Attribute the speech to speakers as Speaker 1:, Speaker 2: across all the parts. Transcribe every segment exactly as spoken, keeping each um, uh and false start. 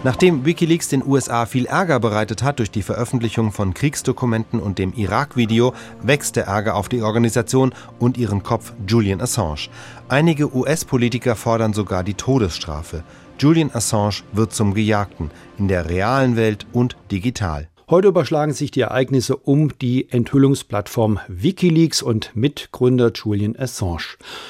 Speaker 1: Nachdem WikiLeaks den U S A viel Ärger bereitet hat durch die Veröffentlichung von Kriegsdokumenten und dem Irak-Video, wächst der Ärger auf die Organisation und ihren Kopf Julian Assange. Einige U S-Politiker fordern sogar die Todesstrafe. Julian Assange wird zum Gejagten, in der realen Welt und digital.
Speaker 2: Heute überschlagen sich die Ereignisse um die Enthüllungsplattform WikiLeaks und Mitgründer Julian Assange.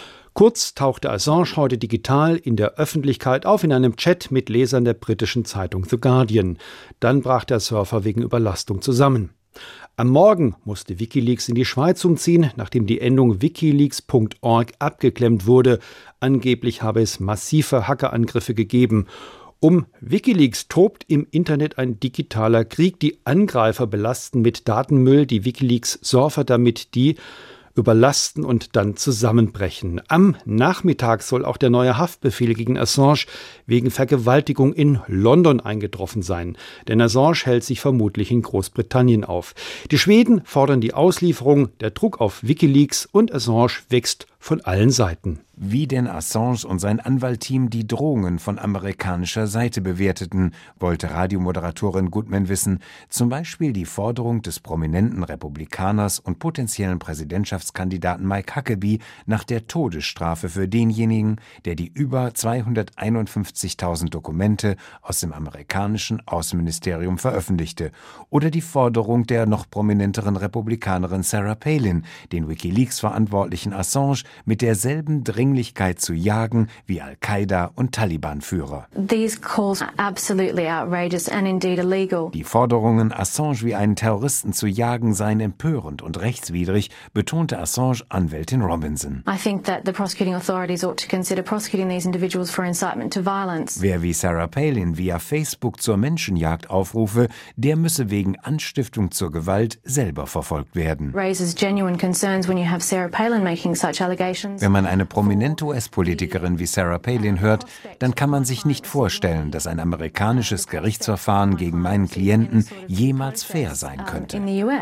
Speaker 2: Kurz tauchte Assange heute digital in der Öffentlichkeit auf in einem Chat mit Lesern der britischen Zeitung The Guardian. Dann brach der Surfer wegen Überlastung zusammen. Am Morgen musste WikiLeaks in die Schweiz umziehen, nachdem die Endung wikileaks punkt org abgeklemmt wurde. Angeblich habe es massive Hackerangriffe gegeben. Um WikiLeaks tobt im Internet ein digitaler Krieg. Die Angreifer belasten mit Datenmüll die WikiLeaks-Surfer, damit die überlasten und dann zusammenbrechen. Am Nachmittag soll auch der neue Haftbefehl gegen Assange wegen Vergewaltigung in London eingetroffen sein. Denn Assange hält sich vermutlich in Großbritannien auf. Die Schweden fordern die Auslieferung, der Druck auf WikiLeaks und Assange wächst von allen Seiten.
Speaker 3: Wie denn Assange und sein Anwaltteam die Drohungen von amerikanischer Seite bewerteten, wollte Radiomoderatorin Goodman wissen. Zum Beispiel die Forderung des prominenten Republikaners und potenziellen Präsidentschaftskandidaten Mike Huckabee nach der Todesstrafe für denjenigen, der die über zweihunderteinundfünfzigtausend Dokumente aus dem amerikanischen Außenministerium veröffentlichte. Oder die Forderung der noch prominenteren Republikanerin Sarah Palin, den WikiLeaks-Verantwortlichen Assange mit derselben Dringlichkeit zu jagen wie Al-Qaida- und Taliban-Führer.
Speaker 4: These calls are absolutely outrageous and indeed illegal.
Speaker 3: Die Forderungen, Assange wie einen Terroristen zu jagen, seien empörend und rechtswidrig, betonte Assange-Anwältin Robinson.
Speaker 4: I think that the prosecuting authorities ought to consider prosecuting these individuals for incitement to violence.
Speaker 3: Wer wie Sarah Palin via Facebook zur Menschenjagd aufrufe, der müsse wegen Anstiftung zur Gewalt selber verfolgt werden.
Speaker 4: Raises genuine concerns when you have Sarah Palin making such allegations.
Speaker 3: Wenn man eine prominente U S-Politikerin wie Sarah Palin hört, dann kann man sich nicht vorstellen, dass ein amerikanisches Gerichtsverfahren gegen meinen Klienten jemals fair sein könnte.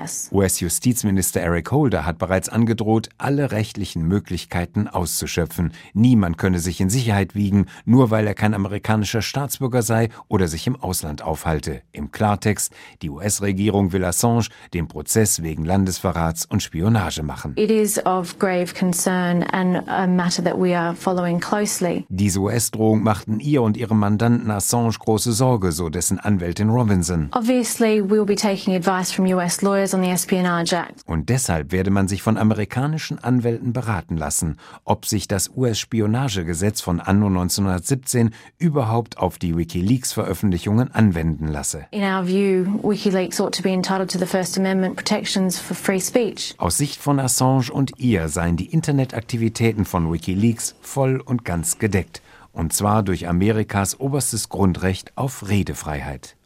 Speaker 3: U S-Justizminister Eric Holder hat bereits angedroht, alle rechtlichen Möglichkeiten auszuschöpfen. Niemand könne sich in Sicherheit wiegen, nur weil er kein amerikanischer Staatsbürger sei oder sich im Ausland aufhalte. Im Klartext, die U S-Regierung will Assange den Prozess wegen Landesverrats und Spionage machen.
Speaker 4: It is of grave concern and a matter that we are following closely.
Speaker 3: Diese U S-Drohung machten ihr und ihrem Mandanten Assange große Sorge, so dessen Anwältin Robinson.
Speaker 4: Obviously, we will be taking advice from U S lawyers on the Espionage Act.
Speaker 3: Und deshalb werde man sich von amerikanischen Anwälten beraten lassen, ob sich das U S-Spionagegesetz von anno neunzehnhundertsiebzehn überhaupt auf die WikiLeaks-Veröffentlichungen anwenden lasse.
Speaker 4: In our view, WikiLeaks ought to be entitled to the First Amendment protections for free speech.
Speaker 3: Aus Sicht von Assange und ihr seien die Internetaktivitäten von WikiLeaks voll und ganz gedeckt. Und zwar durch Amerikas oberstes Grundrecht auf Redefreiheit.